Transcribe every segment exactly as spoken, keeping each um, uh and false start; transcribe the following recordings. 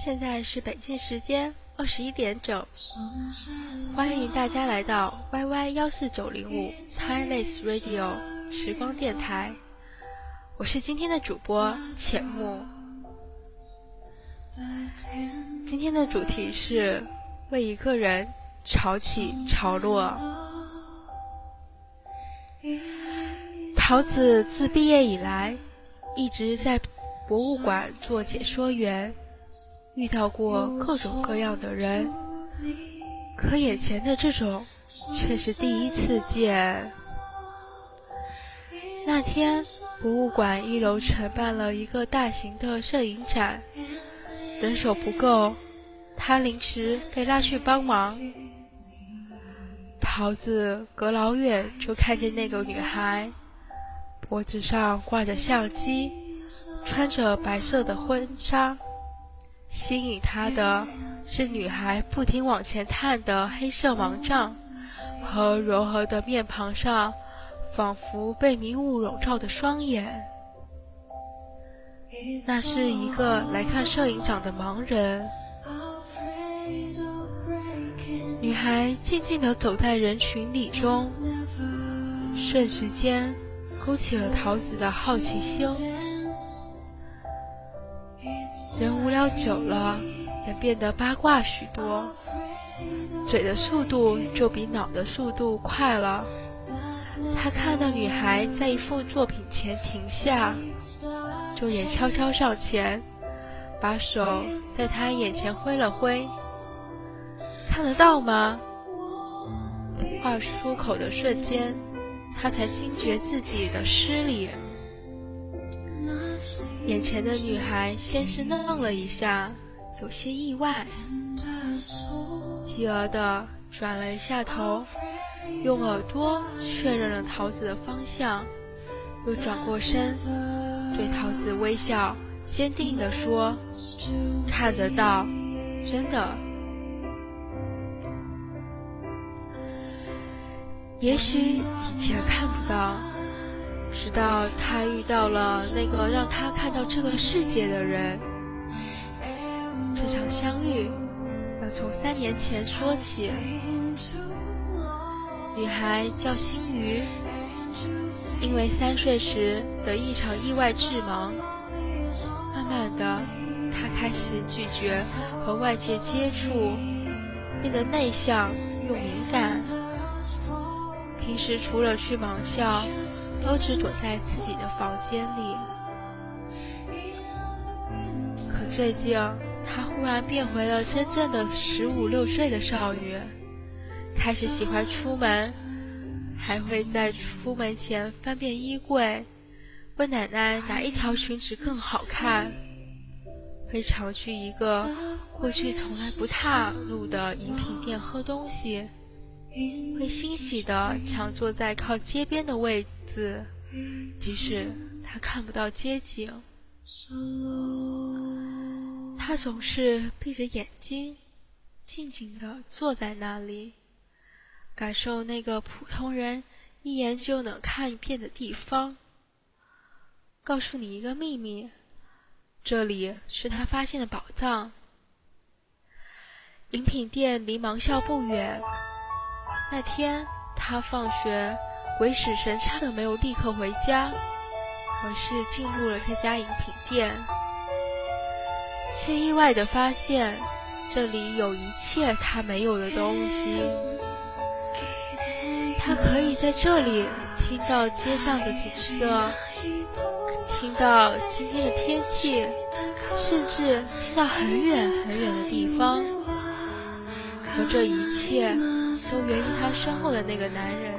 现在是北京时间二十一点整，欢迎大家来到 Y Y 一四九零五 Timeless Radio 时光电台，我是今天的主播浅木。今天的主题是为一个人潮起潮落。桃子自毕业以来一直在博物馆做解说员，遇到过各种各样的人，可眼前的这种却是第一次见。那天博物馆一楼承办了一个大型的摄影展，人手不够，他临时被拉去帮忙。桃子隔老远就看见那个女孩，脖子上挂着相机，穿着白色的婚纱，吸引他的是女孩不停往前探的黑色盲杖和柔和的面庞上仿佛被迷雾笼罩的双眼。那是一个来看摄影展的盲人。女孩静静地走在人群里中，瞬时间勾起了桃子的好奇心。人无聊久了也变得八卦许多，嘴的速度就比脑的速度快了。他看到女孩在一幅作品前停下，就也悄悄上前，把手在她眼前挥了挥。看得到吗？话出口的瞬间，他才惊觉自己的失礼。眼前的女孩先是愣了一下，有些意外，继而的转了一下头，用耳朵确认了桃子的方向，又转过身对桃子微笑，坚定地说：看得到，真的。也许以前看不到，直到他遇到了那个让他看到这个世界的人。这场相遇要从三年前说起。女孩叫星瑜，因为三岁时得一场意外致盲，慢慢的她开始拒绝和外界接触，变得内向又敏感。平时除了去盲校，都只躲在自己的房间里。可最近她忽然变回了真正的十五六岁的少女，开始喜欢出门，还会在出门前翻遍衣柜，问奶奶哪一条裙子更好看，会常去一个过去从来不踏入的饮品店喝东西，会欣喜地抢坐在靠街边的位子，即使他看不到街景。他总是闭着眼睛静静地坐在那里，感受那个普通人一眼就能看一遍的地方。告诉你一个秘密，这里是他发现的宝藏。饮品店离盲校不远，那天他放学鬼使神差的没有立刻回家，而是进入了这家饮品店，却意外地发现这里有一切他没有的东西。他可以在这里听到街上的景色，听到今天的天气，甚至听到很远很远的地方。而这一切都源于他身后的那个男人。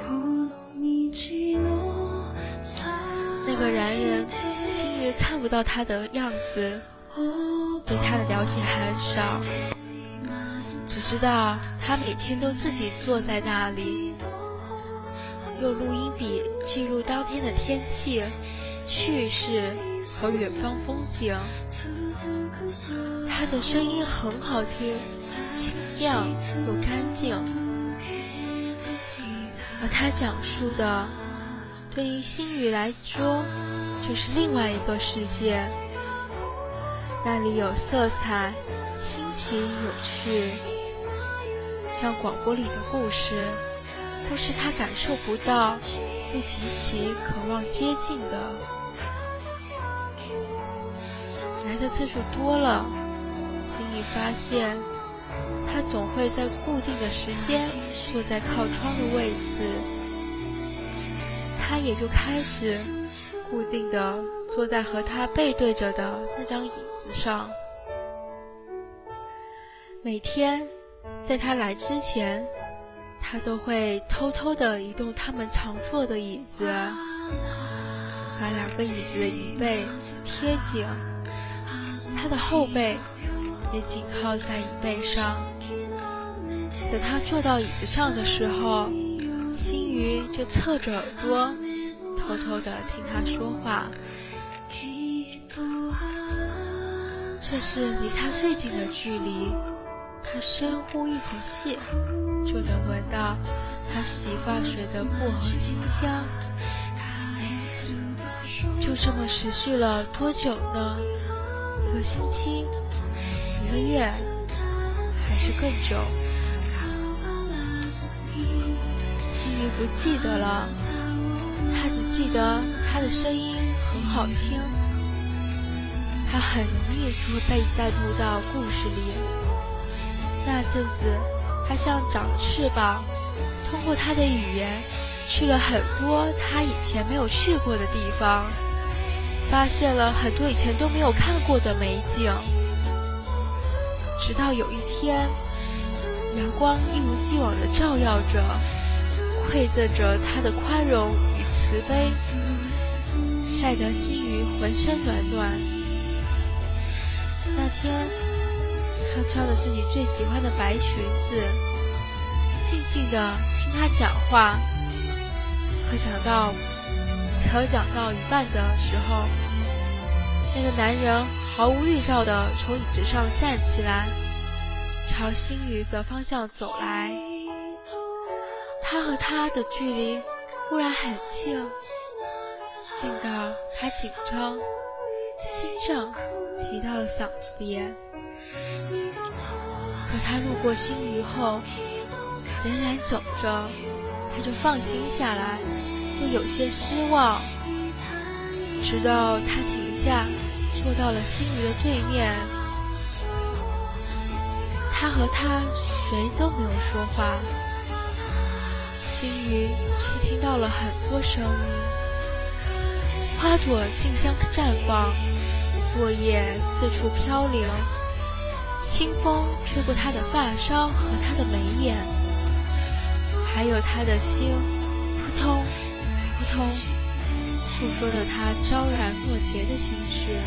那个男人星瑜看不到他的样子，对他的了解很少，只知道他每天都自己坐在那里，用录音笔记录当天的天气、趣事和远方风景。他的声音很好听，清亮又干净，而他讲述的对于星宇来说就是另外一个世界，那里有色彩、 新奇有趣，像广播里的故事，都是他感受不到，又极其渴望接近的。来的次数多了，心里发现他总会在固定的时间坐在靠窗的位置，他也就开始固定地坐在和他背对着的那张椅子上。每天在他来之前，他都会偷偷地移动他们常坐的椅子，把两个椅子的椅背贴紧，他的后背也紧靠在椅背上。等他坐到椅子上的时候，星鱼就侧着耳朵偷偷地听他说话。这是离他最近的距离，他深呼一口气就能闻到他洗发水的薄荷清香。就这么持续了多久呢？一个星期，一个月，还是更久？星鱼不记得了，他只记得他的声音很好听，他很容易就会被带入到故事里。那阵子他像长了翅膀，通过他的语言去了很多他以前没有去过的地方，发现了很多以前都没有看过的美景。直到有一天，阳光一如既往地照耀着，馈赠着他的宽容与慈悲，晒得星鱼浑身暖暖。那天他穿了自己最喜欢的白裙子，静静地听他讲话。可讲到可讲到一半的时候，那个男人毫无预兆地从椅子上站起来，朝星鱼的方向走来。他和他的距离忽然很近，近到他紧张，心脏提到了嗓子里。可他路过星鱼后，仍然走着，他就放心下来，又有些失望。直到他停下，坐到了星鱼的对面，他和他谁都没有说话。星鱼却听到了很多声音，花朵竞相绽放，落叶四处飘零，清风吹过他的发梢和他的眉眼，还有他的心扑通扑通诉说着他昭然若揭的心事。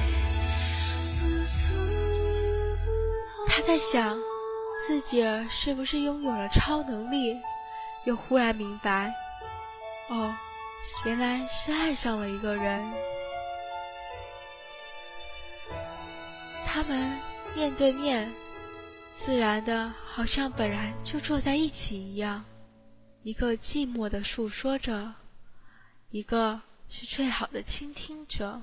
他在想自己是不是拥有了超能力，又忽然明白，哦，原来是爱上了一个人。他们面对面，自然的好像本来就坐在一起一样，一个寂寞的诉说着，一个是最好的倾听者。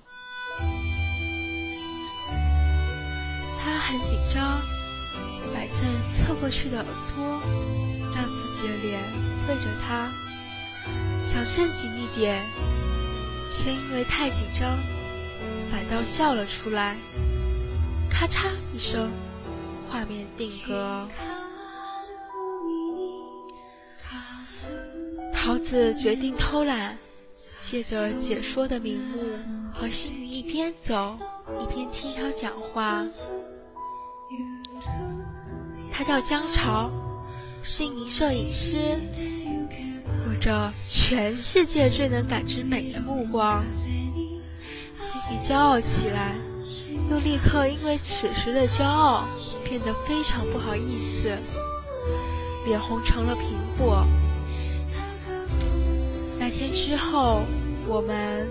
他很紧张，摆正侧过去的耳朵，让自己的脸对着他，想正经一点，却因为太紧张，反倒笑了出来。咔嚓一声，画面定格。桃子决定偷懒，借着解说的名目和星鱼一边走一边听他讲话。他叫江潮，是一名摄影师，有着全世界最能感知美的目光。星鱼骄傲起来，又立刻因为此时的骄傲变得非常不好意思，脸红成了苹果。那天之后，我们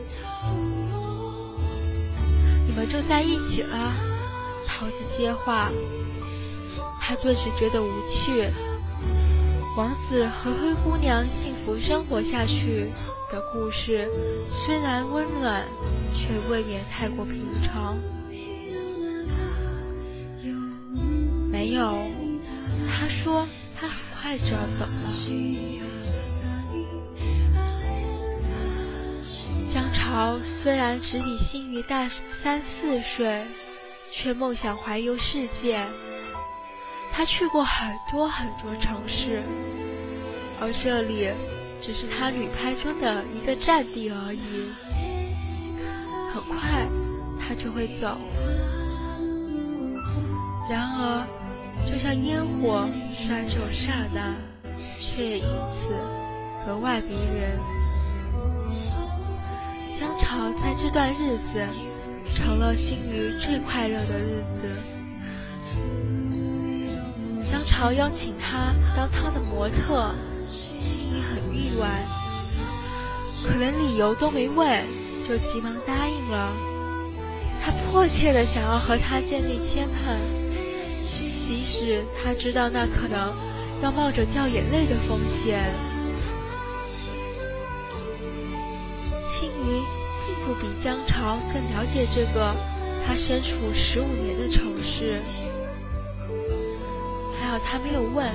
你们就在一起了。桃子接话，他顿时觉得无趣。王子和灰姑娘幸福生活下去的故事，虽然温暖，却未免太过平常。 没有，他说他很快就要走了。江潮虽然只比星宇大三四岁，却梦想环游世界。他去过很多很多城市，而这里只是他旅拍中的一个站地而已。很快他就会走，然而就像烟火衰旧刹那，却也因此格外迷人。江潮在这段日子成了星宇最快乐的日子。江潮邀请他当他的模特，星宇很意外，可能理由都没问就急忙答应了。他迫切地想要和他建立牵绊，即使他知道那可能要冒着掉眼泪的风险。星宇并不比江潮更了解这个他身处十五年的城市，还好他没有问。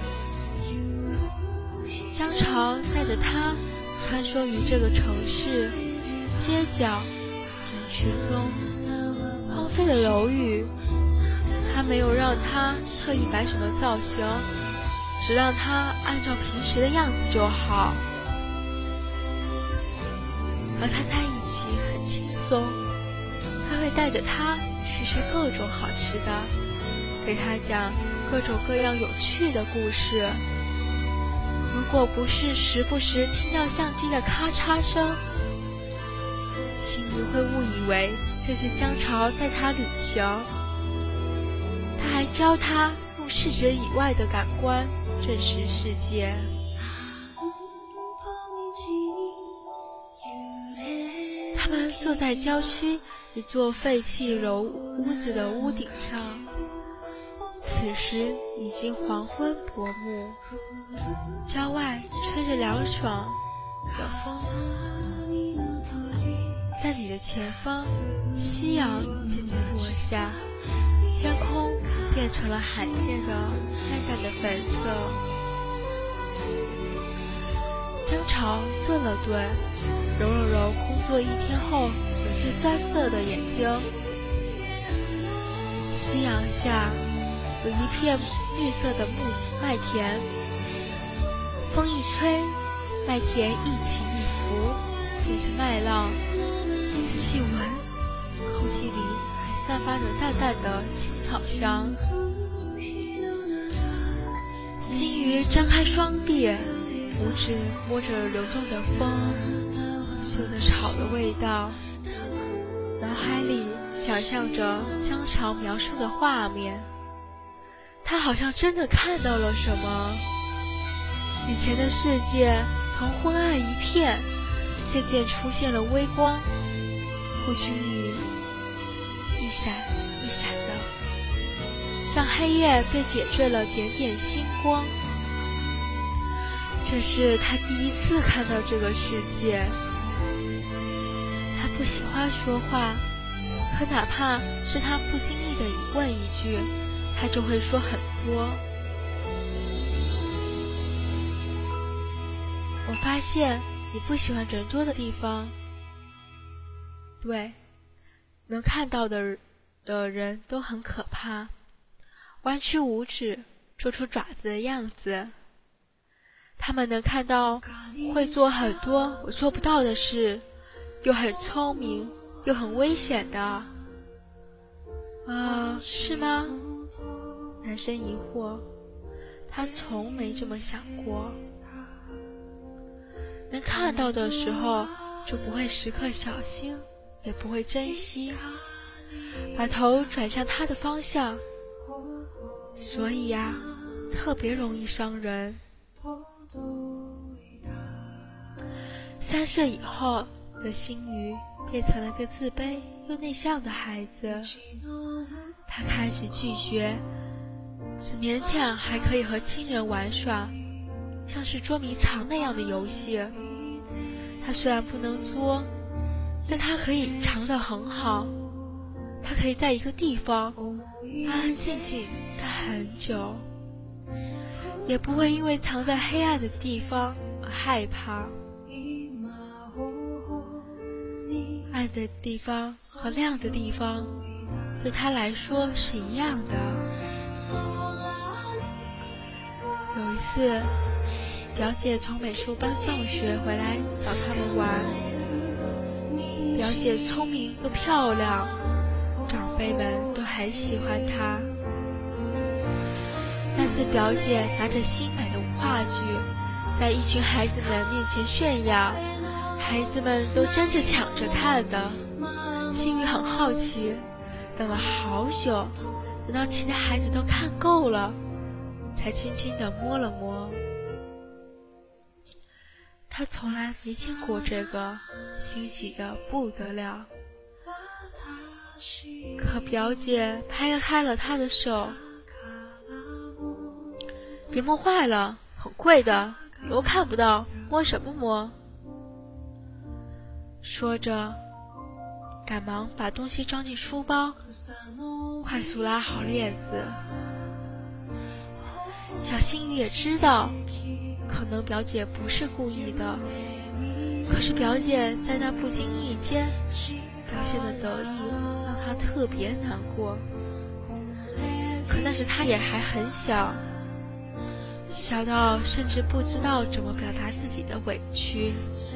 江潮带着他穿梭于这个城市街角人群中，荒废的楼宇，他没有让他特意摆什么造型，只让他按照平时的样子就好。和他在一起很轻松，他会带着他去吃各种好吃的，给他讲各种各样有趣的故事。如果不是时不时听到相机的咔嚓声，星宇会误以为这是江潮带他旅行。他还教他用视觉以外的感官认识世界。他们坐在郊区一座废弃楼屋子的屋顶上，此时已经黄昏薄暮，郊外吹着凉爽的风。在你的前方，夕阳渐渐落下，天空变成了罕见的淡淡的粉色。江潮顿了顿，揉了揉工作一天后有些酸涩的眼睛。夕阳下有一片绿色的木麦田，风一吹，麦田一起一伏，变成麦浪。仔细闻，空气里还散发着淡淡的青草香。星宇张开双臂，五指摸着流动的风，嗅着草的味道，脑海里想象着江潮描述的画面。他好像真的看到了什么，以前的世界从昏暗一片渐渐出现了微光，不均匀，一闪一闪的，像黑夜被点缀了点点星光。这是他第一次看到这个世界。他不喜欢说话，可哪怕是他不经意的问一句，他就会说很多。我发现你不喜欢人多的地方。对，能看到的的人都很可怕，弯曲五指，做出爪子的样子。他们能看到会做很多我做不到的事，又很聪明，又很危险的。啊，是吗？男生疑惑，他从没这么想过。能看到的时候，就不会时刻小心，也不会珍惜，把头转向他的方向，所以呀、啊，特别容易伤人。三岁以后的星宇变成了个自卑又内向的孩子，他开始拒绝，只勉强还可以和亲人玩耍，像是捉迷藏那样的游戏。他虽然不能作，但他可以藏得很好， 他可以在一个地方安安静静待很久，也不会因为藏在黑暗的地方而害怕。暗的地方和亮的地方对他来说是一样的。有一次，表姐从美术班放学回来找他们玩。表姐聪明又漂亮，长辈们都很喜欢她。那次表姐拿着新买的话剧，在一群孩子们面前炫耀，孩子们都争着抢着看的。星宇很好奇，等了好久，等到其他孩子都看够了，才轻轻地摸了摸。他从来没见过这个，欣喜得不得了。可表姐拍开了他的手，别摸坏了，很贵的，以后看不到，摸什么摸？说着，赶忙把东西装进书包，快速拉好链子。小星宇也知道，可能表姐不是故意的，可是表姐在那不经意间表现的得意，让她特别难过。可那时她也还很小，小到甚至不知道怎么表达自己的委屈。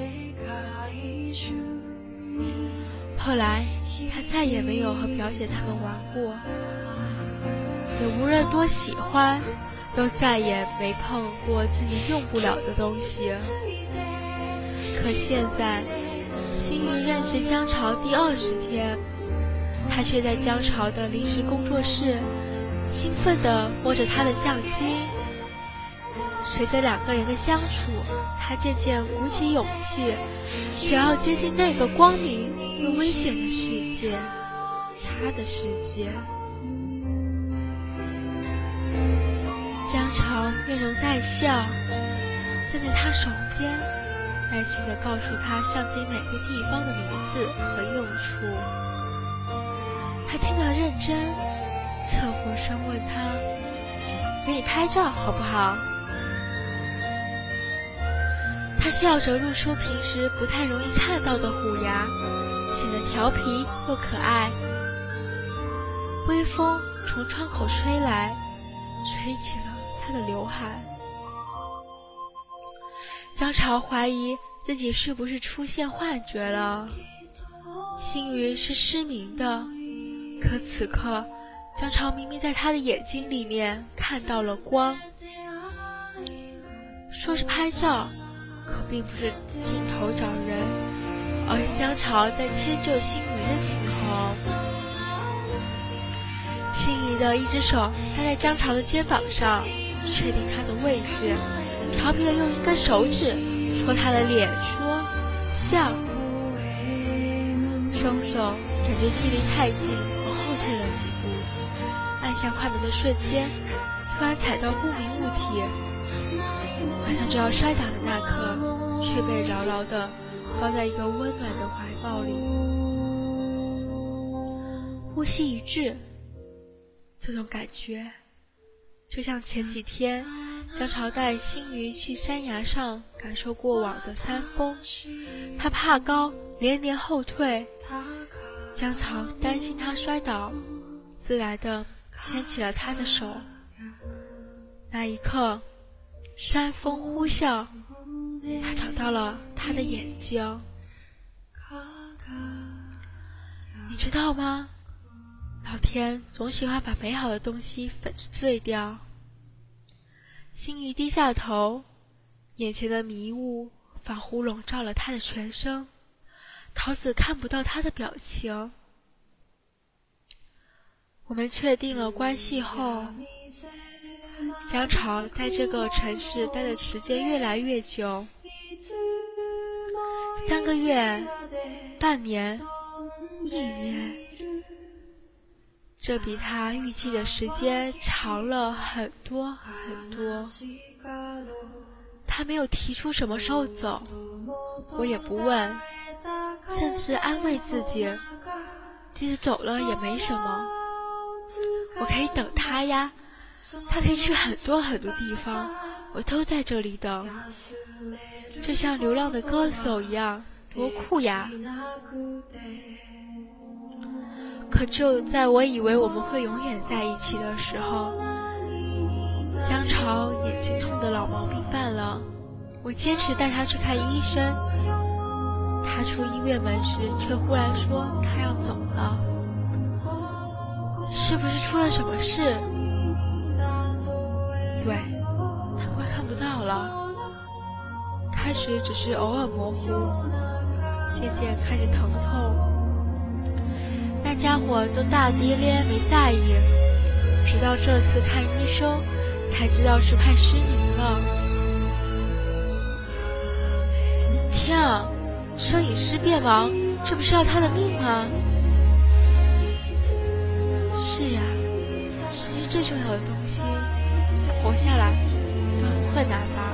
后来她再也没有和表姐他们玩过，也无论多喜欢，都再也没碰过自己用不了的东西。可现在星宇认识姜潮第二十天，他却在姜潮的临时工作室兴奋地摸着他的相机。随着两个人的相处，他渐渐鼓起勇气，想要接近那个光明又危险的世界，他的世界。姜潮面容带笑，站在他手边，耐心地告诉他相机每个地方的名字和用处。他听得认真，侧过身问他：“给你拍照好不好？”他笑着露出平时不太容易看到的虎牙，显得调皮又可爱。微风从窗口吹来，吹起了他的刘海。姜潮怀疑自己是不是出现幻觉了，星宇是失明的，可此刻姜潮明明在他的眼睛里面看到了光。说是拍照，可并不是镜头找人，而是姜潮在迁就星宇的镜头。星宇的一只手搭在姜潮的肩膀上，确定他的位置，调皮的用一根手指戳他的脸，说：“笑。”双手感觉距离太近，往后退了几步，按下快门的瞬间，突然踩到不明物体，马上就要摔倒的那刻，却被牢牢地抱在一个温暖的怀抱里，呼吸一致。这种感觉就像前几天姜潮带星宇去山崖上感受过往的山峰，他怕高，连连后退，姜潮担心他摔倒，自然地牵起了他的手。那一刻，山风呼啸，他找到了他的眼睛。你知道吗？老天总喜欢把美好的东西粉碎掉。星宇低下头，眼前的迷雾仿佛笼罩了他的全身，桃子看不到他的表情。我们确定了关系后，姜潮在这个城市待的时间越来越久，三个月、半年、一年，这比他预计的时间长了很多很多。他没有提出什么时候走，我也不问，甚至安慰自己， 即使走了也没什么，我可以等他呀，他可以去很多很多地方，我都在这里等，就像流浪的歌手一样，多酷呀！可就在我以为我们会永远在一起的时候，姜潮眼睛痛的老毛病犯了，我坚持带他去看医生，他出医院门时却忽然说他要走了，是不是出了什么事？对，他快看不到了，开始只是偶尔模糊，渐渐开始疼痛。那家伙都大咧咧没在意，直到这次看医生才知道是快失明了。天啊，摄影师变盲，这不是要他的命吗？是呀，失去最重要的东西，想活下来都很困难吧。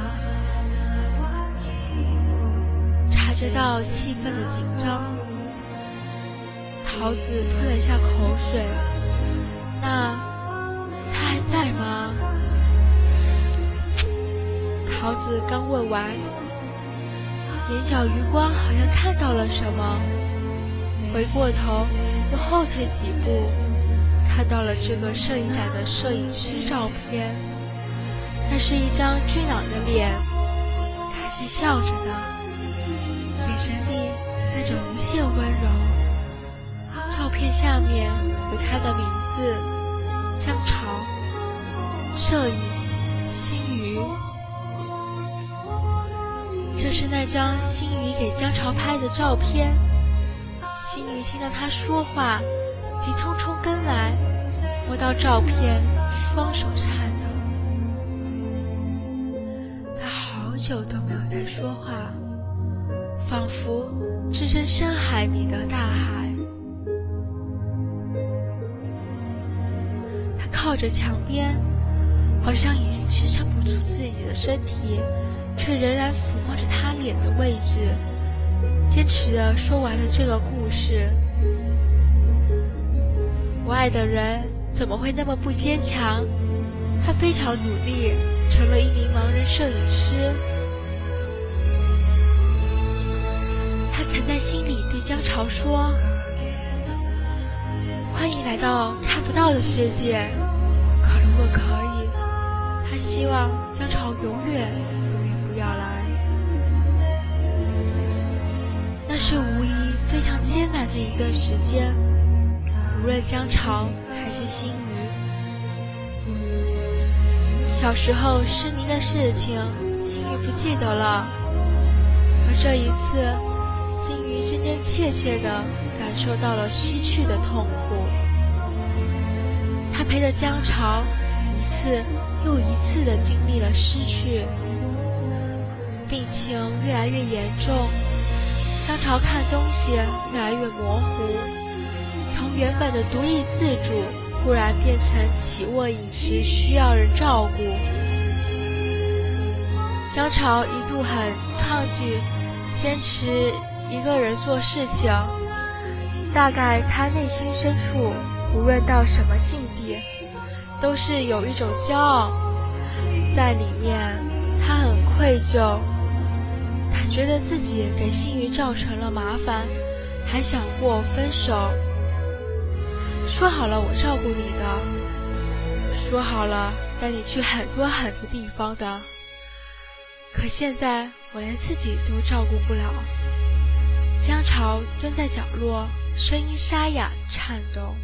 察觉到气氛的紧张，桃子吞了一下口水。那他还在吗？桃子刚问完，眼角余光好像看到了什么，回过头又后退几步，看到了这个摄影展的摄影师照片。那是一张俊朗的脸，还是笑着的，眼神里那种无限温柔。照片下面有他的名字姜潮，摄影星瑜。这是那张星瑜给姜潮拍的照片。星瑜听到他说话，急匆匆跟来，摸到照片，双手颤抖。他好久都没有再说话，仿佛置身深海里的大海。他靠着墙边，好像已经支撑不住自己的身体，却仍然抚摸着他脸的位置，坚持地说完了这个故事。我爱的人怎么会那么不坚强？他非常努力，成了一名盲人摄影师。他曾在心里对姜潮说：欢迎来到看不到的世界。可如果可以，他希望姜潮永远永远不要来。那是无疑非常艰难的一段时间，无论姜潮还是星瑜。小时候失明的事情，星瑜不记得了，而这一次，星瑜真真切切地感受到了失去的痛苦。他陪着姜潮一次又一次地经历了失去，病情越来越严重，姜潮看东西越来越模糊，从原本的独立自主忽然变成起卧饮食需要人照顾。姜潮一度很抗拒坚持一个人做事情，大概他内心深处无论到什么境地都是有一种骄傲在里面，他很愧疚，他觉得自己给星瑜造成了麻烦，还想过分手。说好了我照顾你的，说好了带你去很多很多地方的，可现在我连自己都照顾不了。姜潮蹲在角落，声音沙哑颤抖。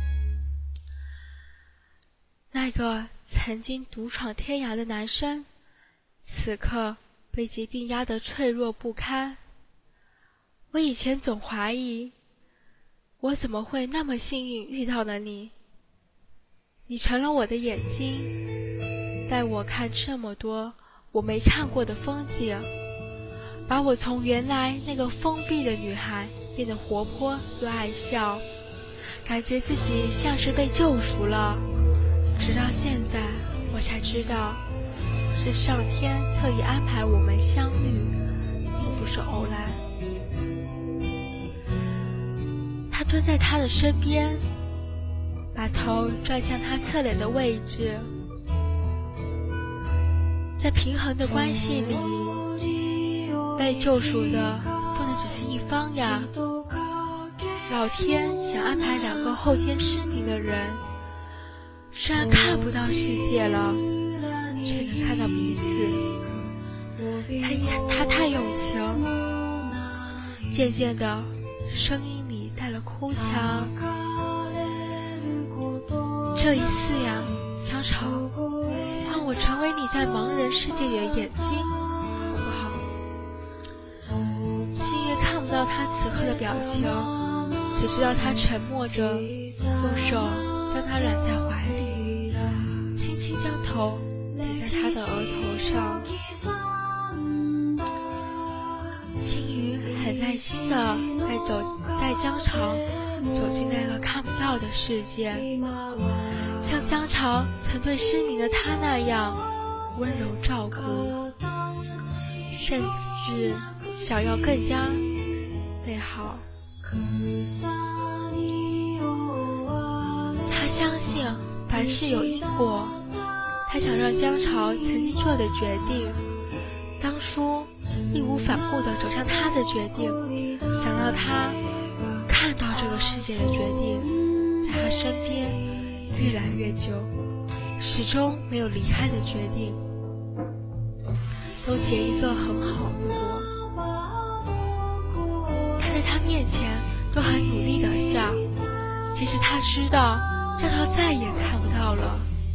那个曾经独闯天涯的男生，此刻被疾病压得脆弱不堪。我以前总怀疑，我怎么会那么幸运遇到了你？你成了我的眼睛，带我看这么多我没看过的风景，把我从原来那个封闭的女孩变得活泼又爱笑，感觉自己像是被救赎了。直到现在我才知道，是上天特意安排我们相遇，并不是偶然。他蹲在他的身边，把头转向他侧脸的位置。在平衡的关系里，被救赎的不能只是一方呀。老天想安排两个后天失明的人，虽然看不到世界了，却能看到彼此。他他太用情，渐渐的，声音里带了哭腔。这一次呀，江潮，换我成为你在盲人世界里的眼睛，好不好？星月看不到他此刻的表情，只知道他沉默着，用手将他揽在怀里，轻轻将头抵在他的额头上。青鱼很耐心地带走带江潮走进那个看不到的世界，像江潮曾对失明的他那样温柔照顾，甚至想要更加美好。他相信凡事有因果，他想让江潮曾经做的决定，当初义无反顾地走向他的决定，想到他看到这个世界的决定，在他身边越来越久，始终没有离开的决定，都结一个很好的果。他在他面前都很努力地笑，即使他知道江潮再也看不到了。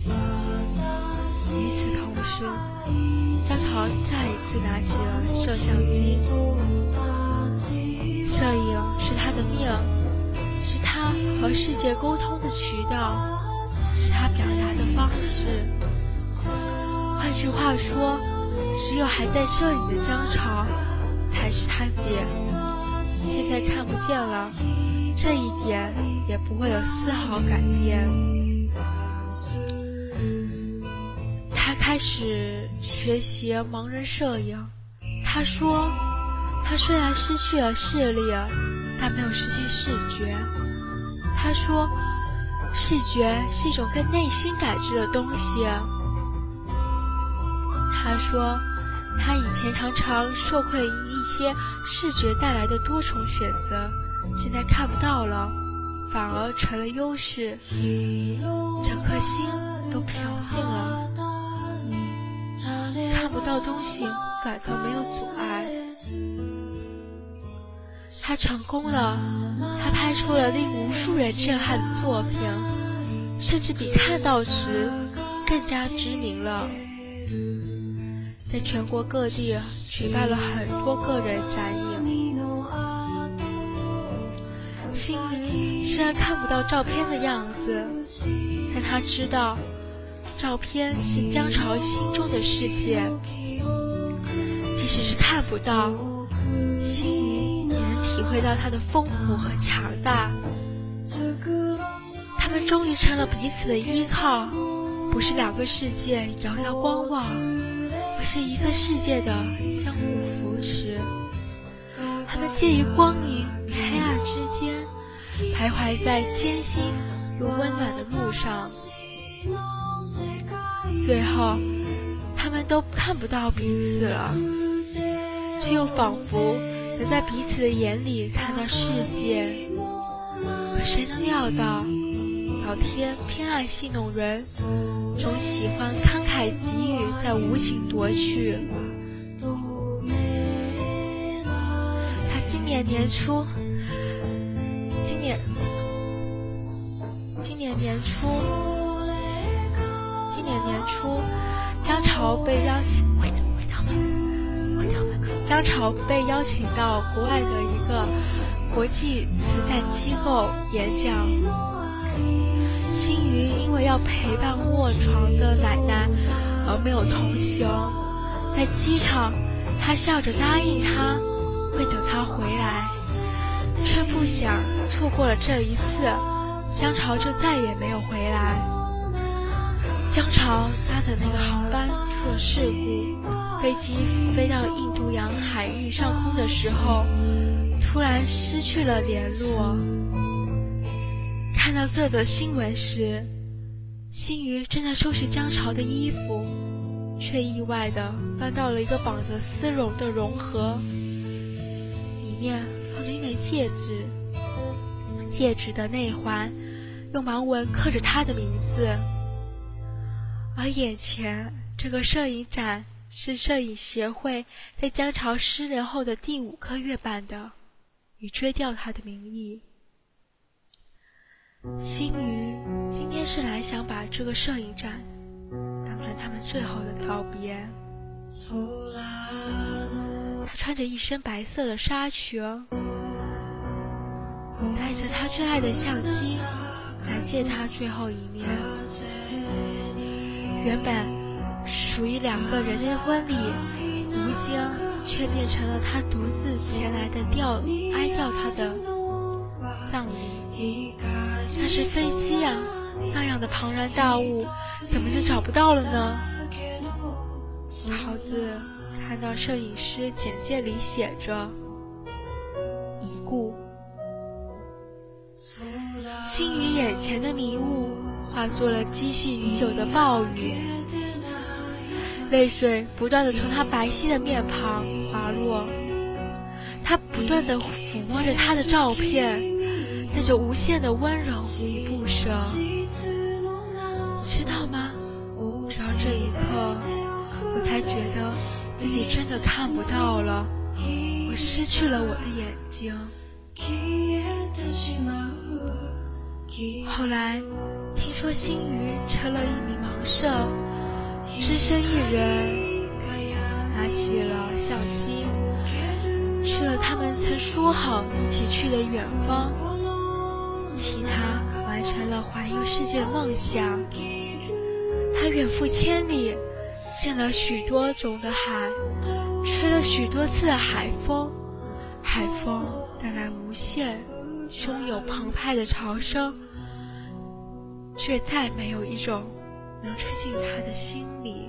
与此同时，江潮再一次拿起了摄像机。摄影是他的命，是他和世界沟通的渠道，是他表达的方式。换句话说，只有还在摄影的江潮才是他姐。现在看不见了，这一点也不会有丝毫改变。他开始学习盲人摄影。他说他虽然失去了视力，但没有失去视觉。他说视觉是一种跟内心感知的东西。他说他以前常常受困于一些视觉带来的多重选择，现在看不到了，反而成了优势，整颗心都平静了，看不到东西反倒没有阻碍。他成功了，他拍出了令无数人震撼的作品，甚至比看到时更加知名了。在全国各地举办了很多个人展映。星云虽然看不到照片的样子，但他知道照片是江潮心中的世界。即使是看不到，星云也能体会到他的丰富和强大。他们终于成了彼此的依靠，不是两个世界遥遥观望，而是一个世界的相互扶持。他们介于光明与黑暗之间，徘徊在艰辛又温暖的路上。最后他们都看不到彼此了，却又仿佛能在彼此的眼里看到世界。可谁能料到，老天偏爱戏弄人，总喜欢慷慨给予，再无情夺去。他今年年初今年今年年初今年年初江潮被邀请回回到门回到门江潮被邀请到国外的一个国际慈善机构演讲。星云因为要陪伴卧床的奶奶而没有同行，在机场他笑着答应他会等他回来，却不想错过了这一次，江潮就再也没有回来。江潮搭的那个航班出了事故，飞机飞到印度洋海域上空的时候，突然失去了联络。 到这则新闻时，星宇正在收拾江潮的衣服，却意外地翻到了一个绑着丝绒的绒盒，里面放着一枚戒指，戒指的内环用盲文刻着他的名字。而眼前这个摄影展是摄影协会在江潮失联后的第五个月办的，以追悼他的名义。星宇今天是来想把这个摄影展当成他们最后的告别。他穿着一身白色的纱裙，带着他最爱的相机来见他最后一面。原本属于两个人的婚礼，如今却变成了他独自前来的吊哀悼他的葬礼。那是飞机啊，那样的庞然大物怎么就找不到了呢？桃子看到摄影师简介里写着已故。星宇眼前的迷雾化作了积蓄已久的暴雨，泪水不断地从他白皙的面庞滑落，他不断地抚摸着他的照片，带着无限的温柔与不舍。知道吗？直到这一刻，我才觉得自己真的看不到了，我失去了我的眼睛。后来听说星宇成了一名盲社，只身一人拿起了相机，去了他们曾说好一起去的远方，替他完成了环游世界的梦想。他远赴千里，见了许多种的海，吹了许多次的海风，海风带来无限汹涌澎湃的潮声，却再没有一种能吹进他的心里。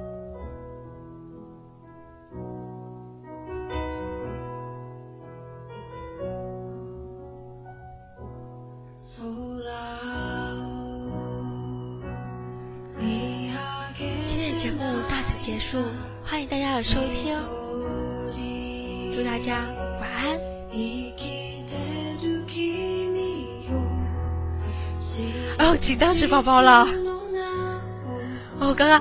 今天的节目到此结束，欢迎大家的收听，祝大家晚安。哦，紧张死宝宝了！哦，刚刚。